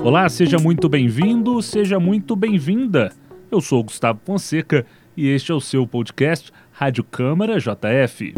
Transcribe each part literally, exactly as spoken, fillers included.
Olá, seja muito bem-vindo, seja muito bem-vinda. Eu sou o Gustavo Fonseca e este é o seu podcast Rádio Câmara J F.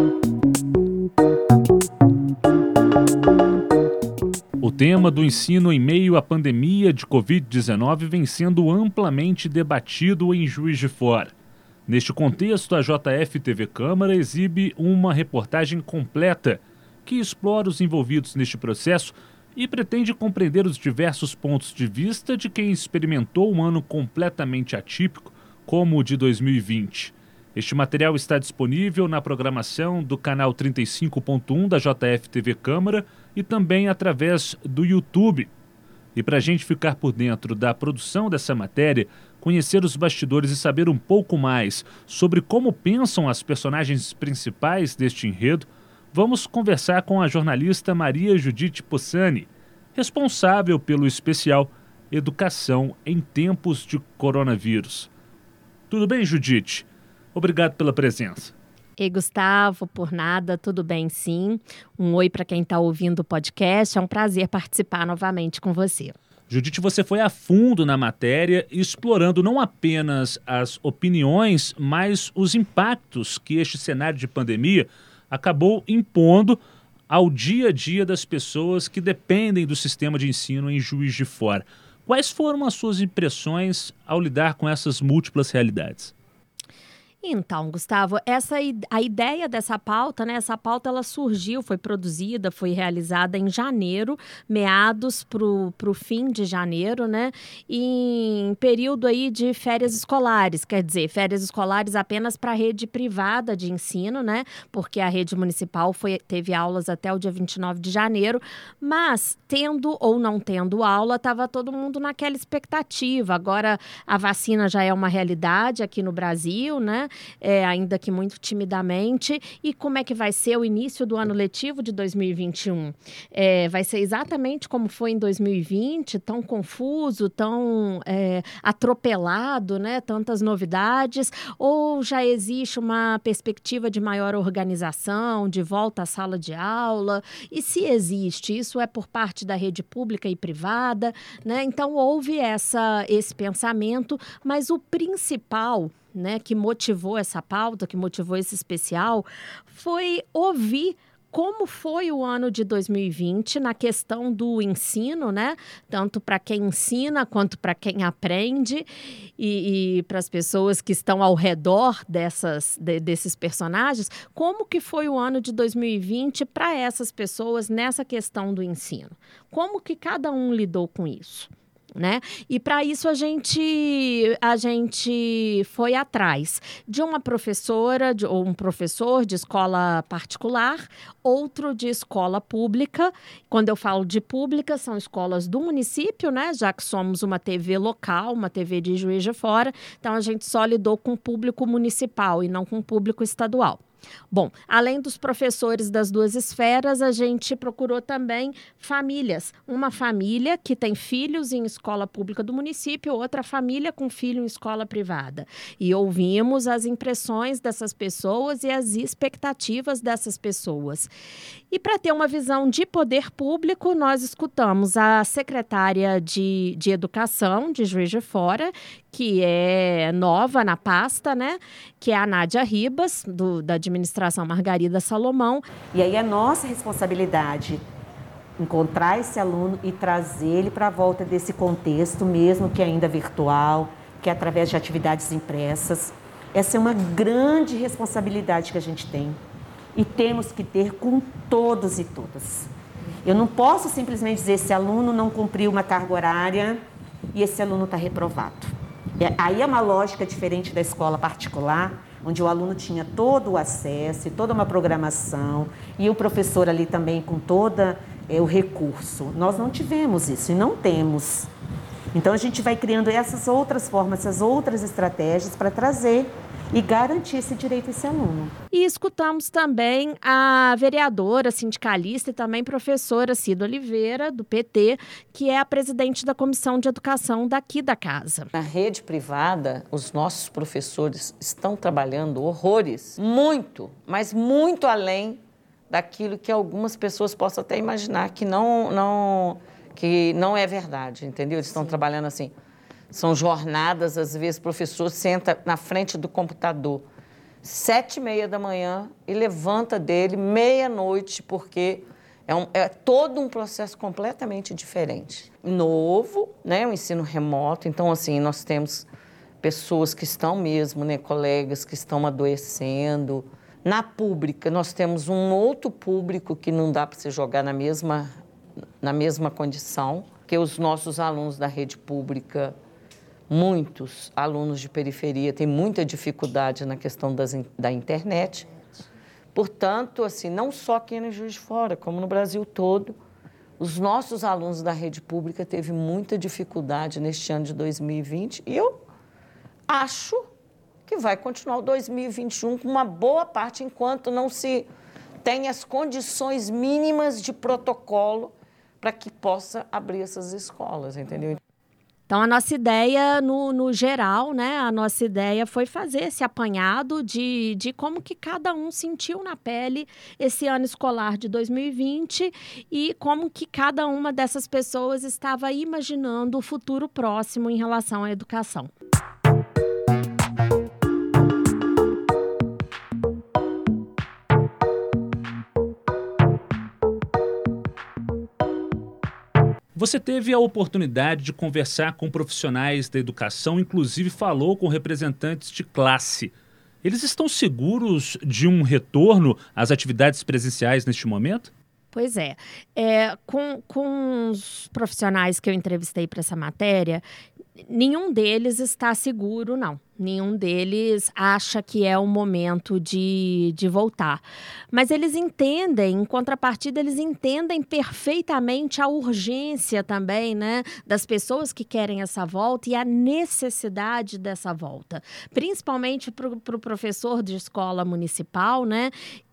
O tema do ensino em meio à pandemia de covid dezenove vem sendo amplamente debatido em Juiz de Fora. Neste contexto, a J F T V Câmara exibe uma reportagem completa que explora os envolvidos neste processo e pretende compreender os diversos pontos de vista de quem experimentou um ano completamente atípico como o de dois mil e vinte. Este material está disponível na programação do canal trinta e cinco ponto um da J F T V Câmara e também através do YouTube. E para a gente ficar por dentro da produção dessa matéria, conhecer os bastidores e saber um pouco mais sobre como pensam as personagens principais deste enredo, vamos conversar com a jornalista Maria Judite Possani, responsável pelo especial Educação em Tempos de Coronavírus. Tudo bem, Judite? Obrigado pela presença. Ei, Gustavo, por nada, tudo bem sim. Um oi para quem está ouvindo o podcast, é um prazer participar novamente com você. Judite, você foi a fundo na matéria, explorando não apenas as opiniões, mas os impactos que este cenário de pandemia acabou impondo ao dia a dia das pessoas que dependem do sistema de ensino em Juiz de Fora. Quais foram as suas impressões ao lidar com essas múltiplas realidades? Então, Gustavo, essa, a ideia dessa pauta, né? Essa pauta ela surgiu, foi produzida, foi realizada em janeiro, meados para o fim de janeiro, né? Em período aí de férias escolares, quer dizer, férias escolares apenas para a rede privada de ensino, né? Porque a rede municipal foi, teve aulas até o dia vinte e nove de janeiro, mas tendo ou não tendo aula, estava todo mundo naquela expectativa. Agora a vacina já é uma realidade aqui no Brasil, né? É, ainda que muito timidamente. E como é que vai ser o início do ano letivo de dois mil e vinte e um? É, vai ser exatamente como foi em dois mil e vinte, tão confuso, tão é, atropelado, né? Tantas novidades, ou já existe uma perspectiva de maior organização, de volta à sala de aula? E se existe, isso é por parte da rede pública e privada, né? Então houve essa, esse pensamento, mas o principal, né, que motivou essa pauta, que motivou esse especial, foi ouvir como foi o ano de dois mil e vinte na questão do ensino, né? Tanto para quem ensina quanto para quem aprende e, e para as pessoas que estão ao redor dessas, de, desses personagens, como que foi o ano de dois mil e vinte para essas pessoas nessa questão do ensino? Como que cada um lidou com isso? Né? E para isso a gente, a gente foi atrás de uma professora de, ou um professor de escola particular, outro de escola pública. Quando eu falo de pública, são escolas do município, né? Já que somos uma T V local, uma T V de Juiz de Fora, então a gente só lidou com o público municipal e não com o público estadual. Bom, além dos professores das duas esferas, a gente procurou também famílias. Uma família que tem filhos em escola pública do município, outra família com filho em escola privada. E ouvimos as impressões dessas pessoas e as expectativas dessas pessoas. E para ter uma visão de poder público, nós escutamos a secretária de, de Educação de Juiz de Fora, que é nova na pasta, né? Que é a Nádia Ribas, do, da administração Margarida Salomão. E aí é nossa responsabilidade encontrar esse aluno e trazer ele para a volta desse contexto, mesmo que ainda virtual, que é através de atividades impressas. Essa é uma grande responsabilidade que a gente tem e temos que ter com todos e todas. Eu não posso simplesmente dizer esse aluno não cumpriu uma carga horária e esse aluno está reprovado. Aí é uma lógica diferente da escola particular, onde o aluno tinha todo o acesso e toda uma programação e o professor ali também com todo é, o recurso. Nós não tivemos isso e não temos. Então a gente vai criando essas outras formas, essas outras estratégias para trazer e garantir esse direito a esse aluno. E escutamos também a vereadora, sindicalista e também professora Cida Oliveira, do P T, que é a presidente da Comissão de Educação daqui da casa. Na rede privada, os nossos professores estão trabalhando horrores, muito, mas muito além daquilo que algumas pessoas possam até imaginar, que não, não, que não é verdade, entendeu? Eles estão trabalhando assim. São jornadas, às vezes o professor senta na frente do computador sete e meia da manhã e levanta dele meia-noite, porque é, um, é todo um processo completamente diferente. Novo, né? O ensino remoto. Então, assim, nós temos pessoas que estão mesmo, né? Colegas que estão adoecendo. Na pública, nós temos um outro público que não dá para se jogar na mesma, na mesma condição, que os nossos alunos da rede pública. Muitos alunos de periferia têm muita dificuldade na questão das, da internet. Portanto, assim, não só aqui no Juiz de Fora, como no Brasil todo, os nossos alunos da rede pública teve muita dificuldade neste ano de dois mil e vinte. E eu acho que vai continuar o dois mil e vinte e um com uma boa parte, enquanto não se tem as condições mínimas de protocolo para que possa abrir essas escolas, entendeu? Então, a nossa ideia, no, no geral, né, a nossa ideia foi fazer esse apanhado de, de como que cada um sentiu na pele esse ano escolar de dois mil e vinte e como que cada uma dessas pessoas estava imaginando o futuro próximo em relação à educação. Você teve a oportunidade de conversar com profissionais da educação, inclusive falou com representantes de classe. Eles estão seguros de um retorno às atividades presenciais neste momento? Pois é. é com, com os profissionais que eu entrevistei para essa matéria, nenhum deles está seguro, não. Nenhum deles acha que é o momento de, de voltar. Mas eles entendem, em contrapartida, eles entendem perfeitamente a urgência também, né, das pessoas que querem essa volta e a necessidade dessa volta. Principalmente para o pro professor de escola municipal, né,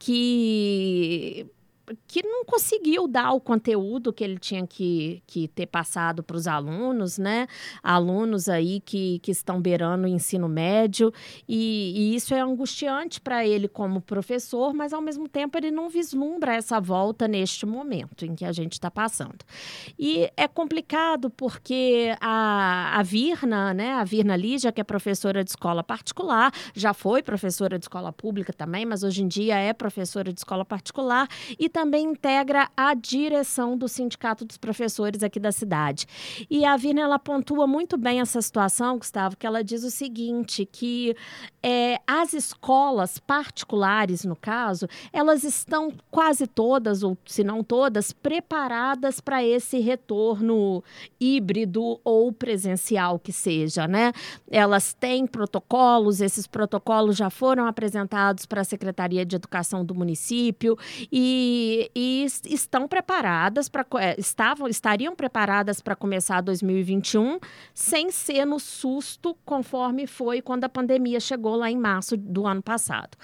que... que não conseguiu dar o conteúdo que ele tinha que, que ter passado para os alunos, né? Alunos aí que, que estão beirando o ensino médio e, e isso é angustiante para ele como professor, mas ao mesmo tempo ele não vislumbra essa volta neste momento em que a gente está passando. E é complicado porque a, a Virna, né? A Virna Lígia, que é professora de escola particular, já foi professora de escola pública também, mas hoje em dia é professora de escola particular e também integra a direção do Sindicato dos Professores aqui da cidade. E a Virna, ela pontua muito bem essa situação, Gustavo, que ela diz o seguinte, que é, as escolas particulares, no caso, elas estão quase todas, ou se não todas, preparadas para esse retorno híbrido ou presencial que seja, né? Elas têm protocolos, esses protocolos já foram apresentados para a Secretaria de Educação do município e E, e estão preparadas para estavam estariam preparadas para começar dois mil e vinte e um sem ser no susto conforme foi quando a pandemia chegou lá em março do ano passado.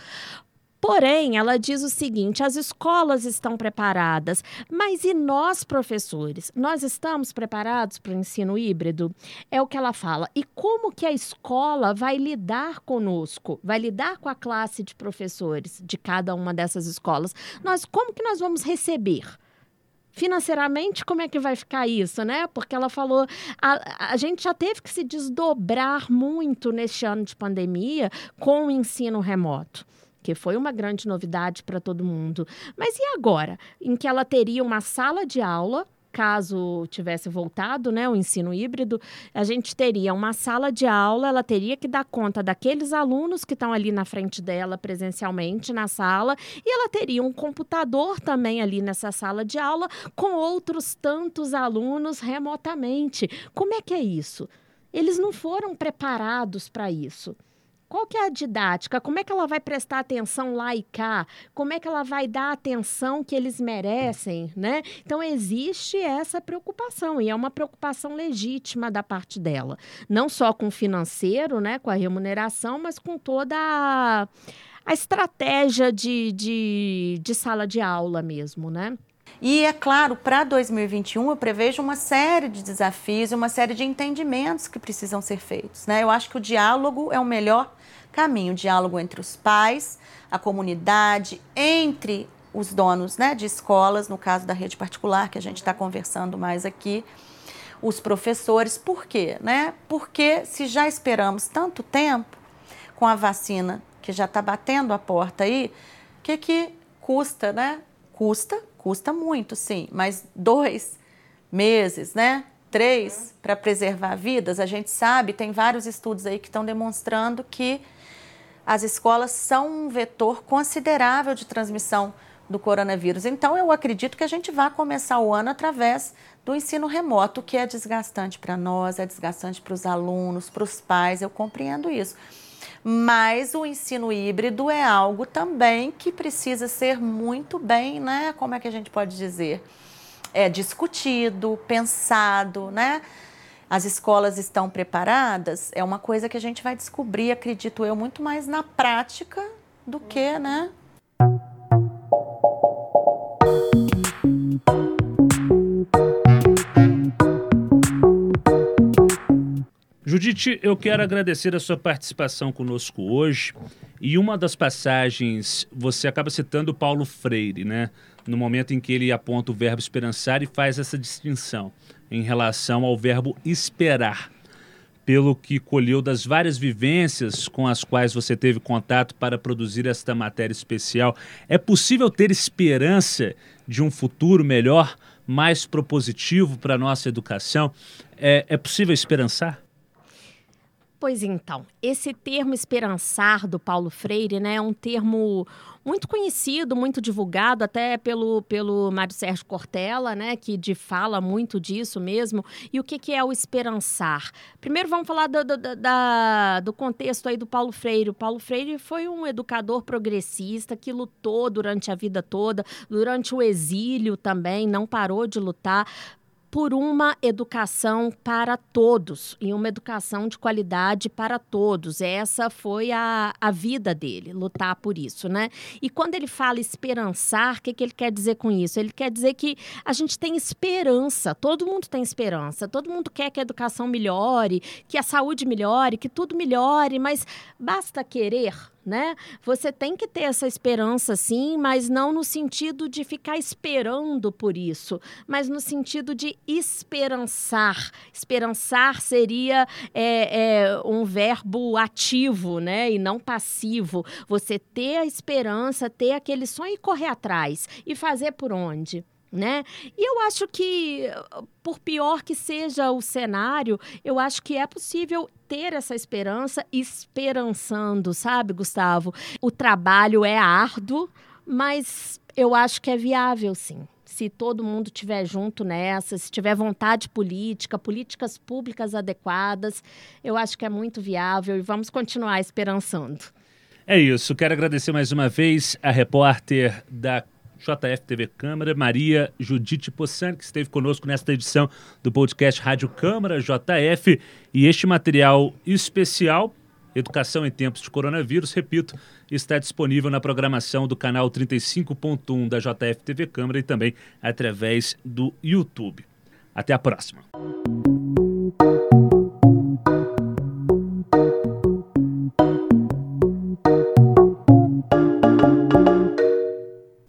Porém, ela diz o seguinte, as escolas estão preparadas, mas e nós, professores? Nós estamos preparados para o ensino híbrido? É o que ela fala. E como que a escola vai lidar conosco? Vai lidar com a classe de professores de cada uma dessas escolas? Nós, como que nós vamos receber? Financeiramente, como é que vai ficar isso, né? Porque ela falou, a, a gente já teve que se desdobrar muito neste ano de pandemia com o ensino remoto, que foi uma grande novidade para todo mundo. Mas e agora? Em que ela teria uma sala de aula, caso tivesse voltado, né, o ensino híbrido, a gente teria uma sala de aula, ela teria que dar conta daqueles alunos que estão ali na frente dela presencialmente na sala, e ela teria um computador também ali nessa sala de aula com outros tantos alunos remotamente. Como é que é isso? Eles não foram preparados para isso. Qual que é a didática? Como é que ela vai prestar atenção lá e cá? Como é que ela vai dar a atenção que eles merecem, né? Então, existe essa preocupação, e é uma preocupação legítima da parte dela. Não só com o financeiro, né, com a remuneração, mas com toda a, a estratégia de, de, de sala de aula mesmo, né? E, é claro, para dois mil e vinte e um eu prevejo uma série de desafios, uma série de entendimentos que precisam ser feitos, né? Eu acho que o diálogo é o melhor caminho, o diálogo entre os pais, a comunidade, entre os donos, né, de escolas, no caso da rede particular, que a gente está conversando mais aqui, os professores. Por quê? Né? Porque se já esperamos tanto tempo com a vacina, que já está batendo a porta aí, o que, que custa, né? Custa, custa muito, sim, mas dois meses, né? Três, para preservar vidas, a gente sabe, tem vários estudos aí que estão demonstrando que as escolas são um vetor considerável de transmissão do coronavírus. Então, eu acredito que a gente vai começar o ano através do ensino remoto, que é desgastante para nós, é desgastante para os alunos, para os pais, eu compreendo isso. Mas o ensino híbrido é algo também que precisa ser muito bem, né? Como é que a gente pode dizer? É discutido, pensado, né? As escolas estão preparadas? É uma coisa que a gente vai descobrir, acredito eu, muito mais na prática do que, né? Judite, eu quero agradecer a sua participação conosco hoje. E uma das passagens, você acaba citando Paulo Freire, né? No momento em que ele aponta o verbo esperançar e faz essa distinção em relação ao verbo esperar, pelo que colheu das várias vivências com as quais você teve contato para produzir esta matéria especial. É possível ter esperança de um futuro melhor, mais propositivo para a nossa educação? É, é possível esperançar? Pois então, esse termo esperançar do Paulo Freire, né, é um termo muito conhecido, muito divulgado até pelo, pelo Mário Sérgio Cortella, né, que de fala muito disso mesmo. E o que, que é o esperançar? Primeiro vamos falar do, do, da, do contexto aí do Paulo Freire. O Paulo Freire foi um educador progressista que lutou durante a vida toda, durante o exílio também, não parou de lutar por uma educação para todos e uma educação de qualidade para todos. Essa foi a, a vida dele, lutar por isso, né? E quando ele fala esperançar, o que, que ele quer dizer com isso? Ele quer dizer que a gente tem esperança, todo mundo tem esperança, todo mundo quer que a educação melhore, que a saúde melhore, que tudo melhore, mas basta querer, né? Você tem que ter essa esperança, sim, mas não no sentido de ficar esperando por isso, mas no sentido de esperançar. Esperançar seria é, é, um verbo ativo, né? E não passivo. Você ter a esperança, ter aquele sonho e correr atrás. E fazer por onde? Né? E eu acho que, por pior que seja o cenário, eu acho que é possível ter essa esperança esperançando, sabe, Gustavo? O trabalho é árduo, mas eu acho que é viável, sim. Se todo mundo estiver junto nessa, se tiver vontade política, políticas públicas adequadas, eu acho que é muito viável e vamos continuar esperançando. É isso. Quero agradecer mais uma vez a repórter da J F T V Câmara, Maria Judite Possani, que esteve conosco nesta edição do podcast Rádio Câmara J F. E este material especial, Educação em Tempos de Coronavírus, repito, está disponível na programação do canal trinta e cinco ponto um da J F T V Câmara e também através do YouTube. Até a próxima.